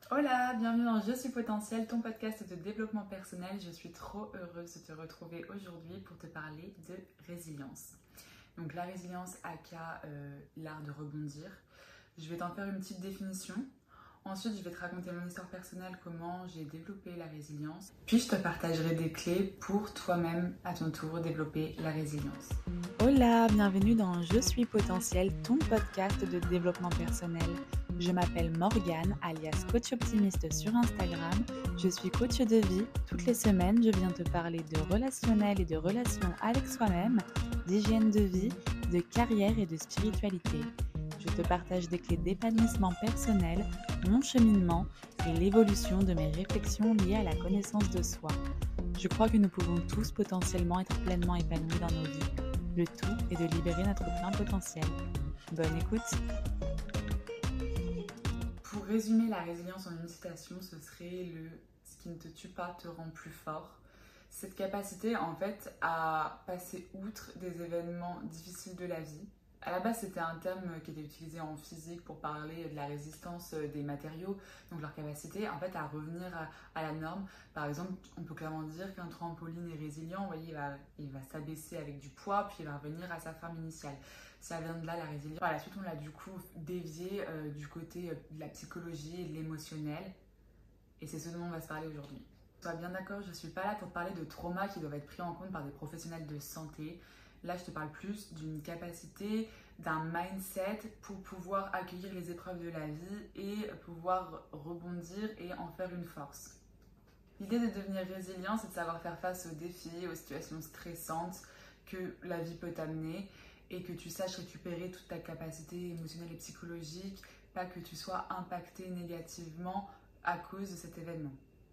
Hola, bienvenue dans Je suis potentiel, ton podcast de développement personnel. Je suis trop heureuse de te retrouver aujourd'hui pour te parler de résilience. Donc la résilience aka l'art de rebondir. Je vais t'en faire une petite définition. Ensuite, je vais te raconter mon histoire personnelle, comment j'ai développé la résilience. Puis je te partagerai des clés pour toi-même, à ton tour, développer la résilience. Hola, bienvenue dans Je suis potentiel, ton podcast de développement personnel. Je m'appelle Morgane, alias coach optimiste sur Instagram. Je suis coach de vie. Toutes les semaines, je viens te parler de relationnel et de relations avec soi-même, d'hygiène de vie, de carrière et de spiritualité. Je te partage des clés d'épanouissement personnel, mon cheminement et l'évolution de mes réflexions liées à la connaissance de soi. Je crois que nous pouvons tous potentiellement être pleinement épanouis dans nos vies. Le tout est de libérer notre plein potentiel. Bonne écoute! Pour résumer la résilience en une citation, ce serait « ce qui ne te tue pas te rend plus fort ». Cette capacité en fait à passer outre des événements difficiles de la vie. À la base, c'était un terme qui était utilisé en physique pour parler de la résistance des matériaux, donc leur capacité en fait à revenir à la norme. Par exemple, on peut clairement dire qu'un trampoline est résilient, vous voyez, il va s'abaisser avec du poids, puis il va revenir à sa forme initiale. Ça vient de là la résilience. Par la suite, on l'a du coup dévié du côté de la psychologie et de l'émotionnel, et c'est ce dont on va se parler aujourd'hui. Sois bien d'accord, je ne suis pas là pour te parler de traumas qui doivent être pris en compte par des professionnels de santé. Là, je te parle plus d'une capacité, d'un mindset pour pouvoir accueillir les épreuves de la vie et pouvoir rebondir et en faire une force. L'idée de devenir résilient, c'est de savoir faire face aux défis, aux situations stressantes que la vie peut t'amener et que tu saches récupérer toute ta capacité émotionnelle et psychologique, pas que tu sois impacté négativement à cause de cet événement.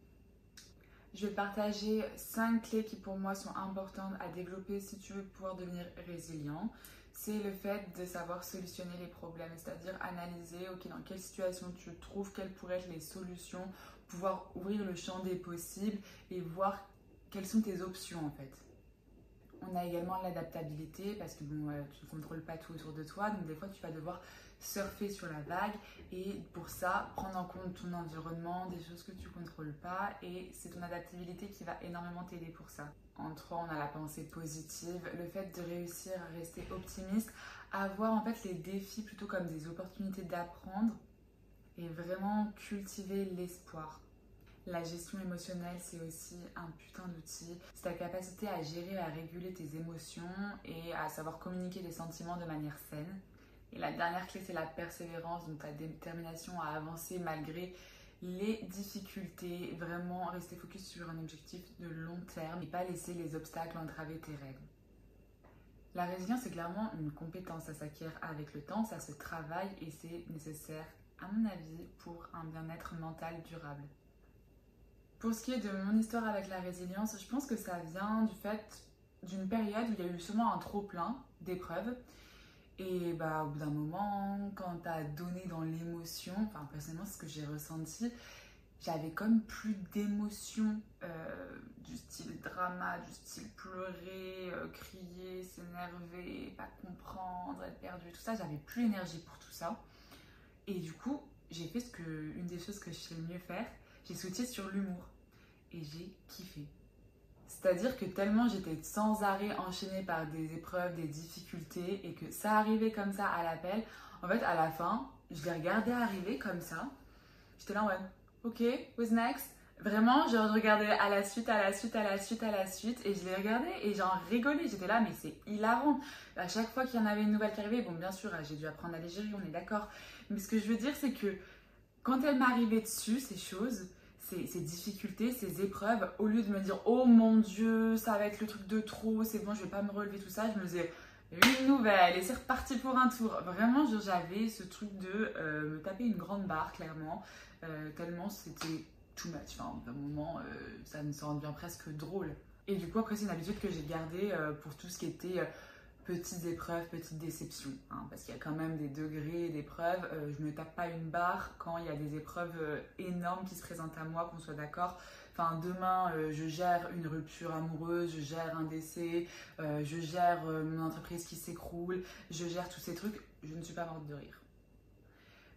Je vais partager 5 clés qui pour moi sont importantes à développer si tu veux pouvoir devenir résilient. C'est le fait de savoir solutionner les problèmes, c'est-à-dire analyser dans quelle situation tu te trouves, quelles pourraient être les solutions, pouvoir ouvrir le champ des possibles et voir quelles sont tes options en fait. On a également l'adaptabilité parce que tu ne contrôles pas tout autour de toi, donc des fois tu vas devoir surfer sur la vague et pour ça prendre en compte ton environnement, des choses que tu ne contrôles pas, et c'est ton adaptabilité qui va énormément t'aider pour ça. En 3, on a la pensée positive, le fait de réussir à rester optimiste, à voir en fait les défis plutôt comme des opportunités d'apprendre et vraiment cultiver l'espoir. La gestion émotionnelle, c'est aussi un putain d'outil. C'est ta capacité à gérer, à réguler tes émotions et à savoir communiquer des sentiments de manière saine. Et la dernière clé, c'est la persévérance, donc ta détermination à avancer malgré les difficultés. Vraiment rester focus sur un objectif de long terme et pas laisser les obstacles entraver tes rêves. La résilience, c'est clairement une compétence, ça s'acquiert avec le temps, ça se travaille et c'est nécessaire, à mon avis, pour un bien-être mental durable. Pour ce qui est de mon histoire avec la résilience, je pense que ça vient du fait d'une période où il y a eu sûrement un trop-plein d'épreuves. Et au bout d'un moment, quand tu as donné dans l'émotion, personnellement, c'est ce que j'ai ressenti, j'avais comme plus d'émotion du style drama, du style pleurer, crier, s'énerver, pas comprendre, être perdu, tout ça. J'avais plus l'énergie pour tout ça. Et du coup, j'ai fait une des choses que je sais le mieux faire, j'ai switché sur l'humour. Et j'ai kiffé. C'est-à-dire que tellement j'étais sans arrêt enchaînée par des épreuves, des difficultés, et que ça arrivait comme ça à l'appel, en fait à la fin, je les regardais arriver comme ça. J'étais là en mode, ok, who's next? Vraiment, je regardais à la suite, et je les regardais et j'en rigolais. J'étais là, mais c'est hilarant. À chaque fois qu'il y en avait une nouvelle qui arrivait, bon, bien sûr, j'ai dû apprendre à les gérer, on est d'accord. Mais ce que je veux dire, c'est que quand elles m'arrivaient dessus, ces choses, ces difficultés, ces épreuves, au lieu de me dire oh mon Dieu, ça va être le truc de trop, c'est bon, je vais pas me relever, tout ça, je me disais une nouvelle et c'est reparti pour un tour. Vraiment, j'avais ce truc de me taper une grande barre, clairement, tellement c'était too much. Enfin, à un moment, ça me semble bien presque drôle. Et du coup, après, c'est une habitude que j'ai gardée pour tout ce qui était petites épreuves, petites déceptions, hein, parce qu'il y a quand même des degrés d'épreuves. Je ne me tape pas une barre quand il y a des épreuves énormes qui se présentent à moi, qu'on soit d'accord. Enfin, demain, je gère une rupture amoureuse, je gère un décès, je gère mon entreprise qui s'écroule, je gère tous ces trucs. Je ne suis pas morte de rire.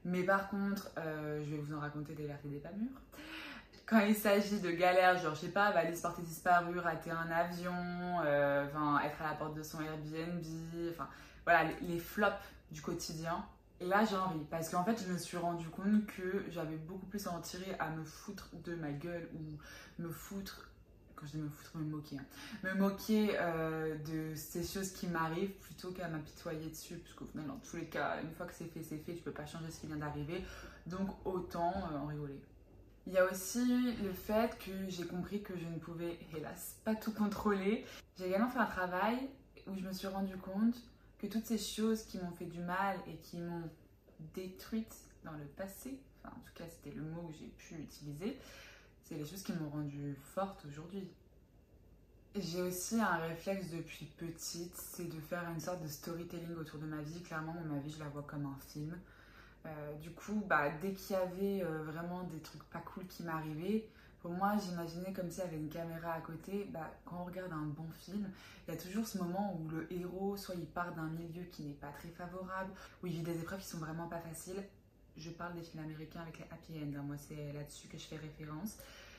Mais par contre, je vais vous en raconter des vertes et des pas mûres. Quand il s'agit de galères, genre je sais pas, valise portée disparue, rater un avion, être à la porte de son Airbnb, enfin voilà, les flops du quotidien. Et là j'en ris parce qu'en fait je me suis rendu compte que j'avais beaucoup plus à en tirer à me foutre de ma gueule ou me foutre, quand je dis me foutre, me moquer, hein, me moquer de ces choses qui m'arrivent plutôt qu'à m'apitoyer dessus, parce qu'au final dans tous les cas, une fois que c'est fait, tu peux pas changer ce qui vient d'arriver, donc autant en rigoler. Il y a aussi le fait que j'ai compris que je ne pouvais, hélas, pas tout contrôler. J'ai également fait un travail où je me suis rendu compte que toutes ces choses qui m'ont fait du mal et qui m'ont détruite dans le passé, enfin en tout cas c'était le mot que j'ai pu utiliser, c'est les choses qui m'ont rendue forte aujourd'hui. J'ai aussi un réflexe depuis petite, c'est de faire une sorte de storytelling autour de ma vie. Clairement, ma vie, je la vois comme un film. Du coup, dès qu'il y avait vraiment des trucs pas cool qui m'arrivaient, pour moi, j'imaginais comme s'il y avait une caméra à côté. Quand on regarde un bon film, il y a toujours ce moment où le héros, soit il part d'un milieu qui n'est pas très favorable, où il vit des épreuves qui sont vraiment pas faciles. Je parle des films américains avec les happy end, hein. Moi c'est là-dessus que je fais référence.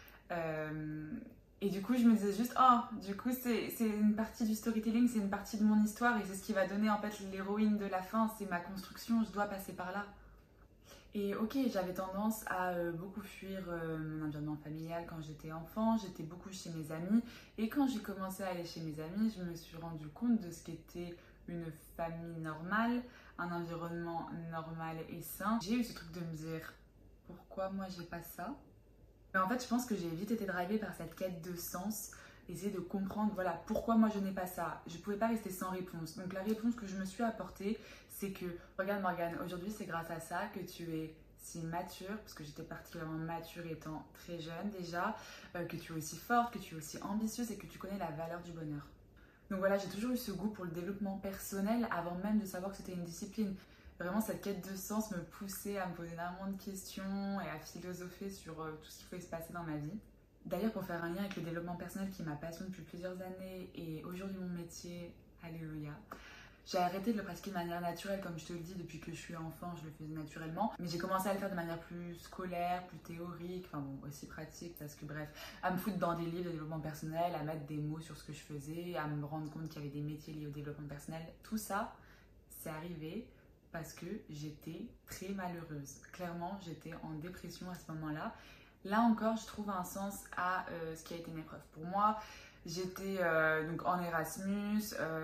Et du coup, je me disais juste, oh, du coup, c'est une partie du storytelling, c'est une partie de mon histoire et c'est ce qui va donner en fait l'héroïne de la fin, c'est ma construction, je dois passer par là. Et ok, j'avais tendance à beaucoup fuir mon environnement familial quand j'étais enfant, j'étais beaucoup chez mes amis. Et quand j'ai commencé à aller chez mes amis, je me suis rendu compte de ce qu'était une famille normale, un environnement normal et sain. J'ai eu ce truc de me dire, pourquoi moi j'ai pas ça? Mais en fait, je pense que j'ai vite été drivée par cette quête de sens, essayer de comprendre, voilà, pourquoi moi je n'ai pas ça. Je ne pouvais pas rester sans réponse. Donc la réponse que je me suis apportée, c'est que, regarde Morgane, aujourd'hui c'est grâce à ça que tu es si mature, parce que j'étais particulièrement mature étant très jeune déjà, que tu es aussi forte, que tu es aussi ambitieuse et que tu connais la valeur du bonheur. Donc voilà, j'ai toujours eu ce goût pour le développement personnel avant même de savoir que c'était une discipline. Vraiment, cette quête de sens me poussait à me poser énormément de questions et à philosopher sur tout ce qui pouvait se passer dans ma vie. D'ailleurs, pour faire un lien avec le développement personnel qui est ma passion depuis plusieurs années et aujourd'hui mon métier, alléluia, j'ai arrêté de le pratiquer de manière naturelle, comme je te le dis, depuis que je suis enfant, je le faisais naturellement. Mais j'ai commencé à le faire de manière plus scolaire, plus théorique, enfin bon, aussi pratique, parce que bref, à me foutre dans des livres de développement personnel, à mettre des mots sur ce que je faisais, à me rendre compte qu'il y avait des métiers liés au développement personnel. Tout ça, c'est arrivé parce que j'étais très malheureuse. Clairement, j'étais en dépression à ce moment-là. Là encore, je trouve un sens à ce qui a été une épreuve. Pour moi, j'étais donc en Erasmus,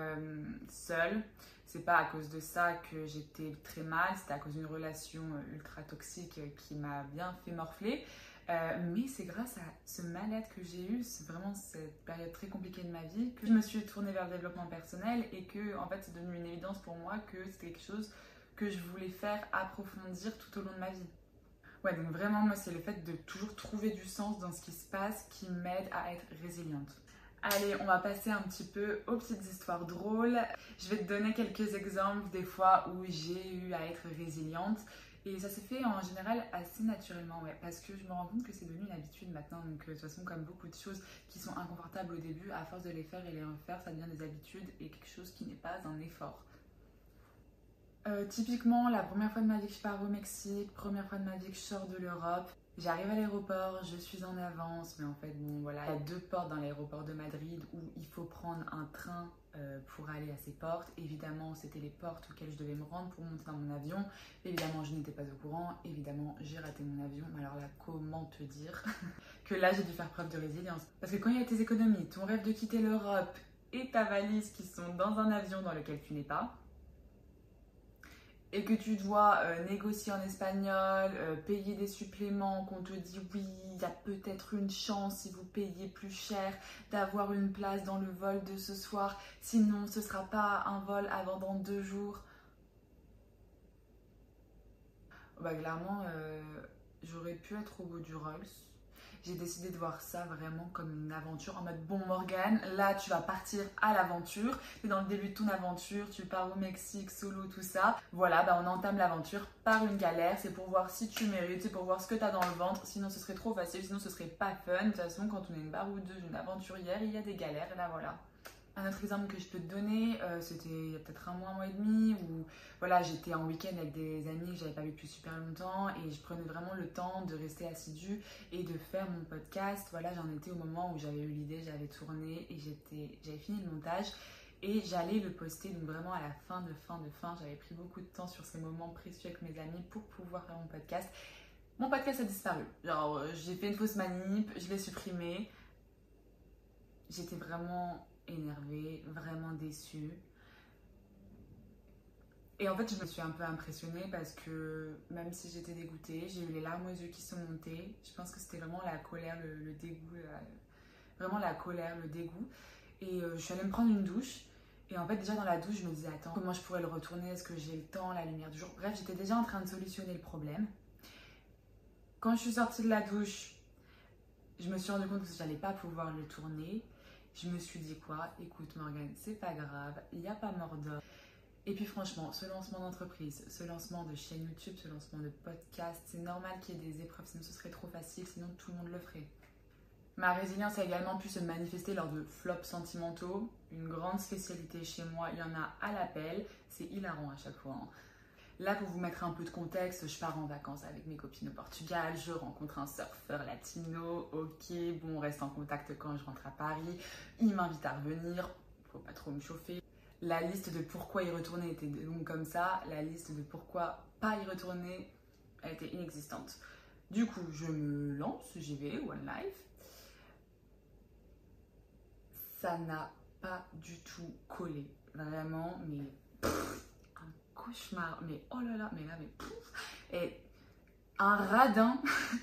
seule. C'est pas à cause de ça que j'étais très mal, c'était à cause d'une relation ultra toxique qui m'a bien fait morfler. Mais c'est grâce à ce mal-être que j'ai eu, c'est vraiment cette période très compliquée de ma vie, que je me suis tournée vers le développement personnel et que en fait c'est devenu une évidence pour moi que c'était quelque chose que je voulais faire approfondir tout au long de ma vie. Ouais, donc vraiment, moi, c'est le fait de toujours trouver du sens dans ce qui se passe qui m'aide à être résiliente. Allez, on va passer un petit peu aux petites histoires drôles. Je vais te donner quelques exemples des fois où j'ai eu à être résiliente. Et ça s'est fait en général assez naturellement, ouais, parce que je me rends compte que c'est devenu une habitude maintenant. Donc de toute façon, comme beaucoup de choses qui sont inconfortables au début, à force de les faire et les refaire, ça devient des habitudes et quelque chose qui n'est pas un effort. Typiquement, la première fois de ma vie que je pars au Mexique, première fois de ma vie que je sors de l'Europe, j'arrive à l'aéroport, je suis en avance, mais en fait, bon voilà, il y a 2 portes dans l'aéroport de Madrid où il faut prendre un train pour aller à ces portes. Évidemment, c'était les portes auxquelles je devais me rendre pour monter dans mon avion. Évidemment, je n'étais pas au courant. Évidemment, j'ai raté mon avion. Alors là, comment te dire que là, j'ai dû faire preuve de résilience. Parce que quand il y a tes économies, ton rêve de quitter l'Europe et ta valise qui sont dans un avion dans lequel tu n'es pas, et que tu dois négocier en espagnol, payer des suppléments, qu'on te dit oui, il y a peut-être une chance si vous payez plus cher d'avoir une place dans le vol de ce soir, sinon ce ne sera pas un vol avant dans 2 jours. Clairement, j'aurais pu être au bout du Rolls. J'ai décidé de voir ça vraiment comme une aventure en mode bon Morgane, là tu vas partir à l'aventure, tu es dans le début de ton aventure, tu pars au Mexique, solo, tout ça. Voilà, on entame l'aventure par une galère, c'est pour voir si tu mérites, c'est pour voir ce que tu as dans le ventre, sinon ce serait trop facile, sinon ce serait pas fun. De toute façon, quand on est une baroudeuse, une aventurière, il y a des galères et là voilà. Un autre exemple que je peux te donner, c'était il y a peut-être un mois et demi, où voilà, j'étais en week-end avec des amis que j'avais pas vu depuis super longtemps et je prenais vraiment le temps de rester assidue et de faire mon podcast. Voilà, j'en étais au moment où j'avais eu l'idée, j'avais tourné et j'avais fini le montage et j'allais le poster. Donc vraiment à la fin, j'avais pris beaucoup de temps sur ces moments précieux avec mes amis pour pouvoir faire mon podcast. Mon podcast a disparu. Genre, j'ai fait une fausse manip, je l'ai supprimé. J'étais vraiment énervée, vraiment déçue. Et en fait, je me suis un peu impressionnée parce que même si j'étais dégoûtée, j'ai eu les larmes aux yeux qui sont montées. Je pense que c'était vraiment la colère, le dégoût, vraiment la colère, le dégoût. Et je suis allée me prendre une douche. Et en fait, déjà dans la douche, je me disais, attends, comment je pourrais le retourner? Est-ce que j'ai le temps, la lumière du jour? Bref, j'étais déjà en train de solutionner le problème. Quand je suis sortie de la douche, je me suis rendu compte que j'allais pas pouvoir le tourner. Je me suis dit quoi? Écoute Morgane, c'est pas grave, il n'y a pas mort d'homme. Et puis franchement, ce lancement d'entreprise, ce lancement de chaîne YouTube, ce lancement de podcast, c'est normal qu'il y ait des épreuves, sinon ce serait trop facile, sinon tout le monde le ferait. Ma résilience a également pu se manifester lors de flops sentimentaux, une grande spécialité chez moi, il y en a à l'appel, c'est hilarant à chaque fois. Là, pour vous mettre un peu de contexte, je pars en vacances avec mes copines au Portugal, je rencontre un surfeur latino, ok, bon, on reste en contact quand je rentre à Paris, il m'invite à revenir, faut pas trop me chauffer. La liste de pourquoi y retourner était longue comme ça, la liste de pourquoi pas y retourner, elle était inexistante. Du coup, je me lance, j'y vais, One Life. Ça n'a pas du tout collé, vraiment, mais cauchemar, mais oh là là, mais là, mais pouf, et un radin,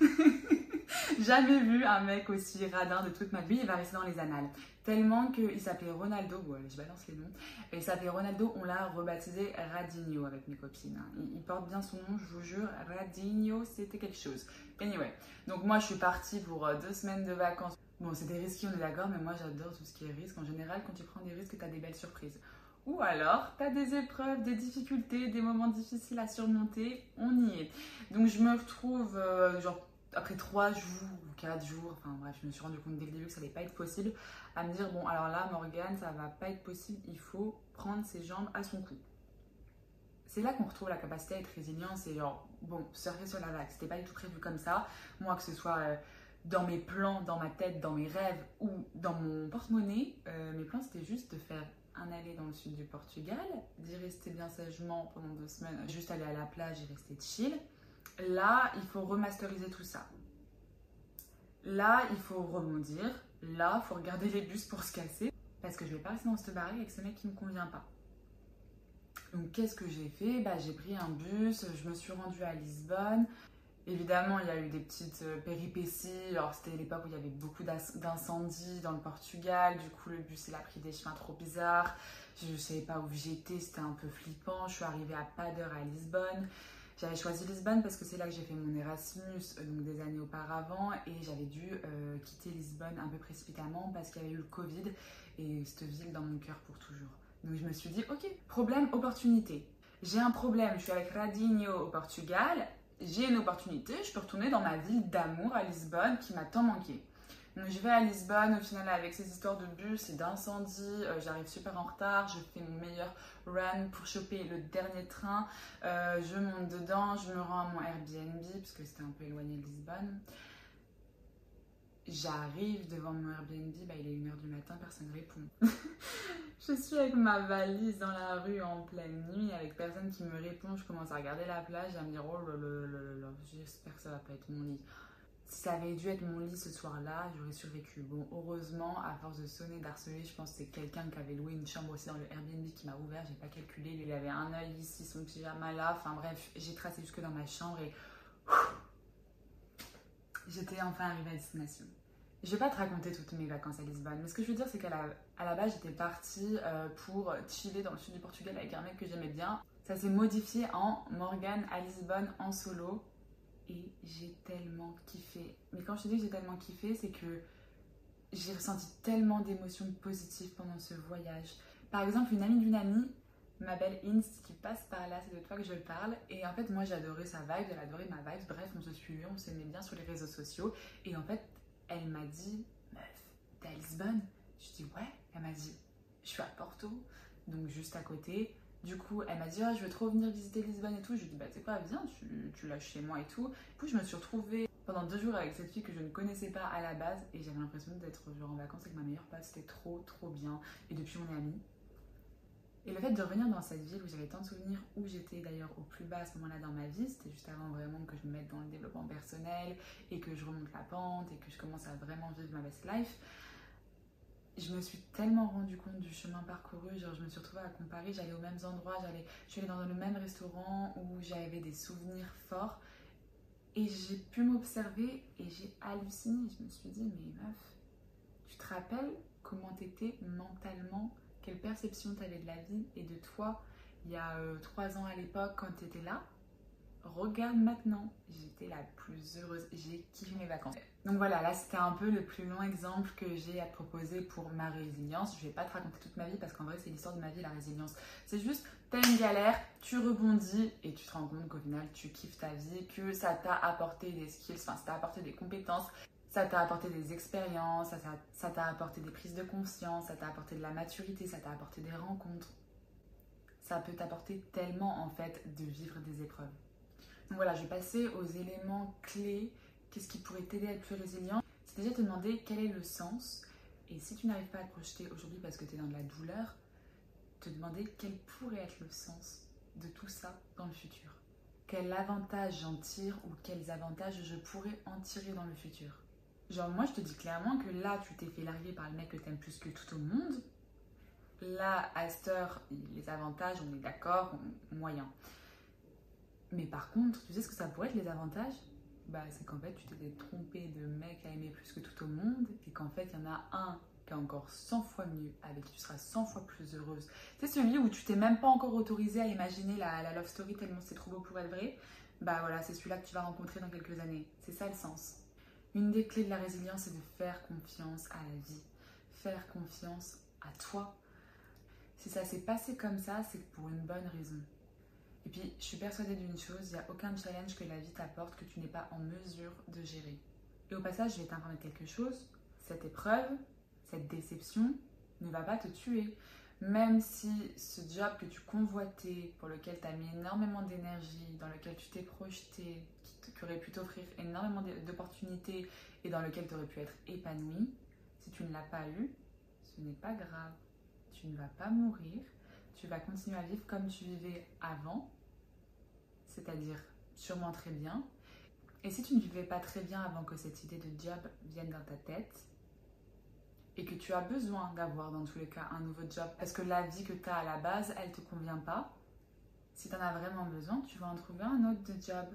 jamais vu un mec aussi radin de toute ma vie, il va rester dans les annales. Tellement qu'il s'appelait Ronaldo, bon allez, je balance les noms, il s'appelait Ronaldo, on l'a rebaptisé Radinho avec mes copines. Il porte bien son nom, je vous jure, Radinho, c'était quelque chose. Anyway, donc moi je suis partie pour 2 semaines de vacances. Bon, c'était risqué, on est d'accord, mais moi j'adore tout ce qui est risque. En général, quand tu prends des risques, tu as des belles surprises. Ou alors, tu as des épreuves, des difficultés, des moments difficiles à surmonter, on y est. Donc je me retrouve, genre, après 3 jours ou 4 jours, enfin bref, je me suis rendu compte dès le début que ça n'allait pas être possible, à me dire, bon, alors là, Morgane, ça va pas être possible, il faut prendre ses jambes à son cou. C'est là qu'on retrouve la capacité à être résilient, c'est genre, bon, surfer sur la vague, c'était pas du tout prévu comme ça. Moi, que ce soit dans mes plans, dans ma tête, dans mes rêves ou dans mon porte-monnaie, mes plans c'était juste de faire un aller dans le sud du Portugal, d'y rester bien sagement pendant 2 semaines, juste aller à la plage et rester chill. Là, il faut remasteriser tout ça. Là, il faut rebondir. Là, il faut regarder les bus pour se casser. Parce que je vais pas rester dans cette baraque avec ce mec qui me convient pas. Donc, qu'est-ce que j'ai fait? J'ai pris un bus, je me suis rendue à Lisbonne. Évidemment, il y a eu des petites péripéties. Alors, c'était l'époque où il y avait beaucoup d'incendies dans le Portugal. Du coup, le bus, il a pris des chemins trop bizarres. Je ne savais pas où j'étais, c'était un peu flippant. Je suis arrivée à pas d'heure à Lisbonne. J'avais choisi Lisbonne parce que c'est là que j'ai fait mon Erasmus, donc des années auparavant. Et j'avais dû quitter Lisbonne un peu précipitamment parce qu'il y avait eu le Covid. Et cette ville dans mon cœur pour toujours. Donc, je me suis dit, ok, problème, opportunité. J'ai un problème, je suis avec Radinho au Portugal. J'ai une opportunité, je peux retourner dans ma ville d'amour à Lisbonne qui m'a tant manqué. Donc je vais à Lisbonne, au final avec ces histoires de bus et d'incendie, j'arrive super en retard, je fais mon meilleur run pour choper le dernier train, je monte dedans, je me rends à mon Airbnb parce que c'était un peu éloigné de Lisbonne. J'arrive devant mon Airbnb, il est 1h du matin, personne ne répond. Je suis avec ma valise dans la rue en pleine nuit, avec personne qui me répond. Je commence à regarder la plage et à me dire, oh là, j'espère que ça va pas être mon lit. Si ça avait dû être mon lit ce soir-là, j'aurais survécu. Bon, heureusement, à force de sonner, d'harceler, je pense que c'est quelqu'un qui avait loué une chambre aussi dans le Airbnb qui m'a ouvert. J'ai pas calculé, lui, il avait un œil ici, son pyjama là. Enfin bref, j'ai tracé jusque dans ma chambre et j'étais enfin arrivée à destination. Je vais pas te raconter toutes mes vacances à Lisbonne, mais ce que je veux dire, c'est qu'à la base, j'étais partie pour chiller dans le sud du Portugal avec un mec que j'aimais bien. Ça s'est modifié en Morgane à Lisbonne en solo et j'ai tellement kiffé. Mais quand je te dis que j'ai tellement kiffé, c'est que j'ai ressenti tellement d'émotions positives pendant ce voyage. Par exemple, une amie d'une amie, ma belle Inst, qui passe par là, c'est de toi que je parle. Et en fait, moi, j'ai adoré sa vibe, elle adorait ma vibe. Bref, on se suivait, on s'aimait bien sur les réseaux sociaux. Et en fait, elle m'a dit, meuf, t'es à Lisbonne? Je dis, ouais. Elle m'a dit, je suis à Porto, donc juste à côté. Du coup, elle m'a dit, ah, je veux trop venir visiter Lisbonne et tout. Je lui ai dit, bah, tu sais quoi, viens, tu lâches chez moi et tout. Du coup, je me suis retrouvée pendant 2 jours avec cette fille que je ne connaissais pas à la base. Et j'avais l'impression d'être genre en vacances avec ma meilleure pote. C'était trop, trop bien. Et depuis, on est amis. Et le fait de revenir dans cette ville où j'avais tant de souvenirs, où j'étais d'ailleurs au plus bas à ce moment-là dans ma vie, c'était juste avant vraiment que je me mette dans le développement personnel et que je remonte la pente et que je commence à vraiment vivre ma best life. Je me suis tellement rendu compte du chemin parcouru, genre je me suis retrouvée à comparer, j'allais aux mêmes endroits, je suis allée dans le même restaurant où j'avais des souvenirs forts et j'ai pu m'observer et j'ai halluciné. Je me suis dit, mais meuf, tu te rappelles comment t'étais mentalement, quelle perception t'avais de la vie et de toi il y a 3 ans à l'époque quand t'étais là? Regarde maintenant, j'étais la plus heureuse, j'ai kiffé mes vacances. Donc voilà, là c'était un peu le plus long exemple que j'ai à te proposer pour ma résilience. Je vais pas te raconter toute ma vie parce qu'en vrai c'est l'histoire de ma vie, la résilience. C'est juste, t'as une galère, tu rebondis et tu te rends compte qu'au final tu kiffes ta vie, que ça t'a apporté des skills, enfin ça t'a apporté des compétences, ça t'a apporté des expériences, ça t'a apporté des prises de conscience, ça t'a apporté de la maturité, ça t'a apporté des rencontres. Ça peut t'apporter tellement en fait de vivre des épreuves. Donc voilà, je vais passer aux éléments clés. Qu'est-ce qui pourrait t'aider à être plus résilient? C'est déjà te demander quel est le sens. Et si tu n'arrives pas à te projeter aujourd'hui parce que tu es dans de la douleur, te demander quel pourrait être le sens de tout ça dans le futur. Quel avantage j'en tire ou quels avantages je pourrais en tirer dans le futur. Genre moi je te dis clairement que là tu t'es fait larguer par le mec que t'aimes plus que tout au monde. Là à cette heure, les avantages, on est d'accord, moyen. Mais par contre, tu sais ce que ça pourrait être les avantages? Bah, c'est qu'en fait, tu t'étais trompé de mec à aimer plus que tout au monde et qu'en fait, il y en a un qui est encore 100 fois mieux, avec qui tu seras 100 fois plus heureuse. C'est celui où tu t'es même pas encore autorisé à imaginer la love story tellement c'est trop beau pour être vrai. Bah voilà, c'est celui-là que tu vas rencontrer dans quelques années. C'est ça le sens. Une des clés de la résilience, c'est de faire confiance à la vie. Faire confiance à toi. Si ça s'est passé comme ça, c'est pour une bonne raison. Et puis, je suis persuadée d'une chose, il n'y a aucun challenge que la vie t'apporte que tu n'es pas en mesure de gérer. Et au passage, je vais t'informer de quelque chose. Cette épreuve, cette déception ne va pas te tuer. Même si ce job que tu convoitais, pour lequel tu as mis énormément d'énergie, dans lequel tu t'es projeté, qui aurait pu t'offrir énormément d'opportunités et dans lequel tu aurais pu être épanoui, si tu ne l'as pas eu, ce n'est pas grave. Tu ne vas pas mourir. Tu vas continuer à vivre comme tu vivais avant, c'est-à-dire sûrement très bien. Et si tu ne vivais pas très bien avant que cette idée de job vienne dans ta tête, et que tu as besoin d'avoir dans tous les cas un nouveau job, parce que la vie que tu as à la base, elle ne te convient pas, si tu en as vraiment besoin, tu vas en trouver un autre de job.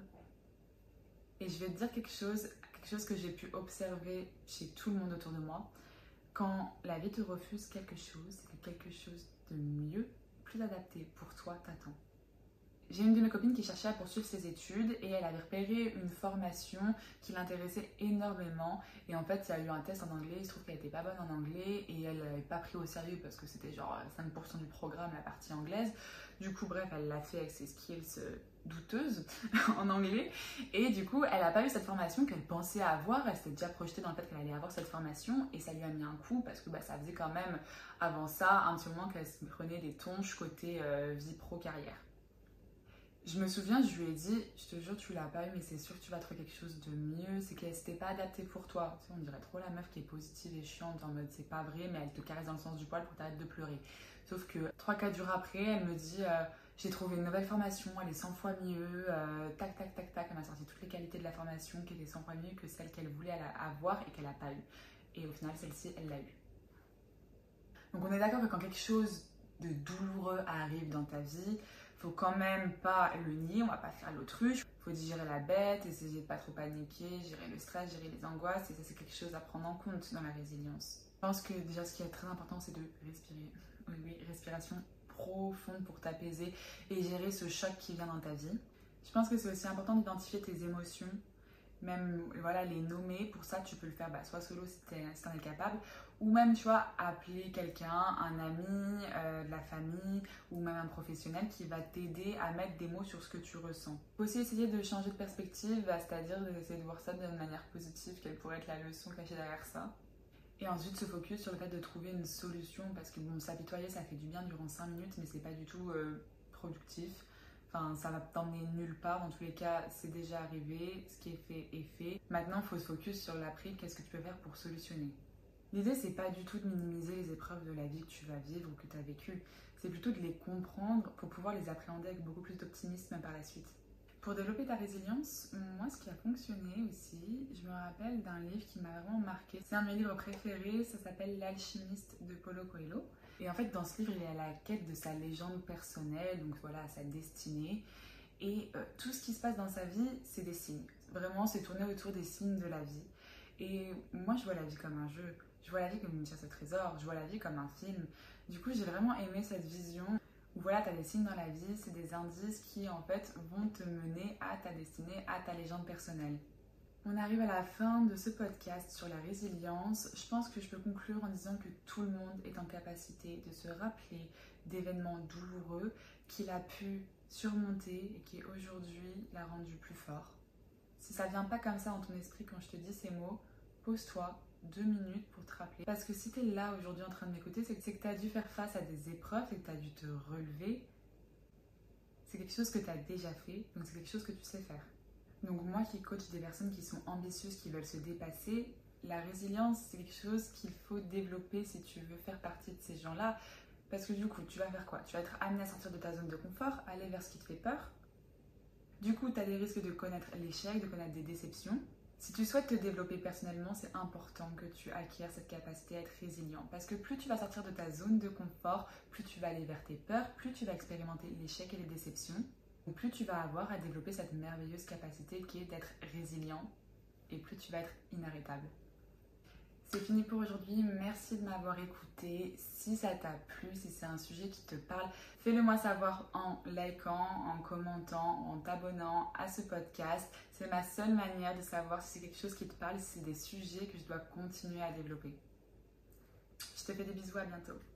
Et je vais te dire quelque chose que j'ai pu observer chez tout le monde autour de moi. Quand la vie te refuse quelque chose, c'est que quelque chose de mieux, plus adapté pour toi t'attend. J'ai une de mes copines qui cherchait à poursuivre ses études et elle avait repéré une formation qui l'intéressait énormément. Et en fait, il y a eu un test en anglais, il se trouve qu'elle n'était pas bonne en anglais et elle n'avait pas pris au sérieux parce que c'était genre 5% du programme, la partie anglaise. Du coup, bref, elle l'a fait avec ses skills douteuses en anglais. Et du coup, elle n'a pas eu cette formation qu'elle pensait avoir. Elle s'était déjà projetée dans le fait qu'elle allait avoir cette formation et ça lui a mis un coup parce que ça faisait quand même, avant ça, un petit moment qu'elle se prenait des tonches côté vie pro-carrière. Je me souviens, je lui ai dit, je te jure, tu l'as pas eu, mais c'est sûr que tu vas trouver quelque chose de mieux. C'est qu'elle s'était pas adaptée pour toi. Tu sais, on dirait trop la meuf qui est positive et chiante, en mode c'est pas vrai, mais elle te caresse dans le sens du poil pour t'arrêter de pleurer. Sauf que 3-4 jours après, elle me dit, j'ai trouvé une nouvelle formation, elle est 100 fois mieux, tac, tac, tac, tac. Elle m'a sorti toutes les qualités de la formation qui étaient 100 fois mieux que celle qu'elle voulait avoir et qu'elle n'a pas eu. Et au final, celle-ci, elle l'a eu. Donc on est d'accord que quand quelque chose de douloureux arrive dans ta vie, faut quand même pas le nier, on va pas faire l'autruche. Faut digérer la bête, essayer de pas trop paniquer, gérer le stress, gérer les angoisses. Et ça, c'est quelque chose à prendre en compte dans la résilience. Je pense que déjà, ce qui est très important, c'est de respirer. Oui, respiration profonde pour t'apaiser et gérer ce choc qui vient dans ta vie. Je pense que c'est aussi important d'identifier tes émotions, même voilà, les nommer. Pour ça, tu peux le faire soit solo si t'en es capable, ou même tu vois, appeler quelqu'un, un ami, de la famille, ou même un professionnel qui va t'aider à mettre des mots sur ce que tu ressens. Il faut aussi essayer de changer de perspective, c'est-à-dire d'essayer de voir ça d'une manière positive, quelle pourrait être la leçon cachée derrière ça. Et ensuite se focus sur le fait de trouver une solution, parce que bon, s'apitoyer ça fait du bien durant 5 minutes, mais c'est pas du tout productif. Enfin, ça va t'emmener nulle part. Dans tous les cas, c'est déjà arrivé, ce qui est fait est fait. Maintenant, il faut se focus sur l'après, qu'est-ce que tu peux faire pour solutionner. L'idée, c'est pas du tout de minimiser les épreuves de la vie que tu vas vivre ou que tu as vécues. C'est plutôt de les comprendre pour pouvoir les appréhender avec beaucoup plus d'optimisme par la suite. Pour développer ta résilience, moi, ce qui a fonctionné aussi, je me rappelle d'un livre qui m'a vraiment marqué. C'est un de mes livres préférés, ça s'appelle L'Alchimiste de Paulo Coelho. Et en fait, dans ce livre, il est à la quête de sa légende personnelle, donc voilà, sa destinée. Et tout ce qui se passe dans sa vie, c'est des signes. Vraiment, c'est tourné autour des signes de la vie. Et moi, je vois la vie comme un jeu. Je vois la vie comme une chasse au trésor. Je vois la vie comme un film. Du coup, j'ai vraiment aimé cette vision où voilà, tu as des signes dans la vie, c'est des indices qui en fait vont te mener à ta destinée, à ta légende personnelle. On arrive à la fin de ce podcast sur la résilience. Je pense que je peux conclure en disant que tout le monde est en capacité de se rappeler d'événements douloureux qu'il a pu surmonter et qui aujourd'hui l'a rendu plus fort. Si ça vient pas comme ça dans ton esprit quand je te dis ces mots, pose-toi 2 minutes pour te rappeler. Parce que si tu es là aujourd'hui en train de m'écouter, c'est que tu as dû faire face à des épreuves, c'est que tu as dû te relever. C'est quelque chose que tu as déjà fait, donc c'est quelque chose que tu sais faire. Donc moi qui coach des personnes qui sont ambitieuses, qui veulent se dépasser, la résilience, c'est quelque chose qu'il faut développer si tu veux faire partie de ces gens-là. Parce que du coup, tu vas faire quoi? Tu vas être amené à sortir de ta zone de confort, aller vers ce qui te fait peur. Du coup, tu as des risques de connaître l'échec, de connaître des déceptions. Si tu souhaites te développer personnellement, c'est important que tu acquières cette capacité à être résilient. Parce que plus tu vas sortir de ta zone de confort, plus tu vas aller vers tes peurs, plus tu vas expérimenter l'échec et les déceptions, plus tu vas avoir à développer cette merveilleuse capacité qui est d'être résilient et plus tu vas être inarrêtable. C'est fini pour aujourd'hui, merci de m'avoir écouté. Si ça t'a plu, si c'est un sujet qui te parle, fais-le moi savoir en likant, en commentant, en t'abonnant à ce podcast. C'est ma seule manière de savoir si c'est quelque chose qui te parle, si c'est des sujets que je dois continuer à développer. Je te fais des bisous, à bientôt.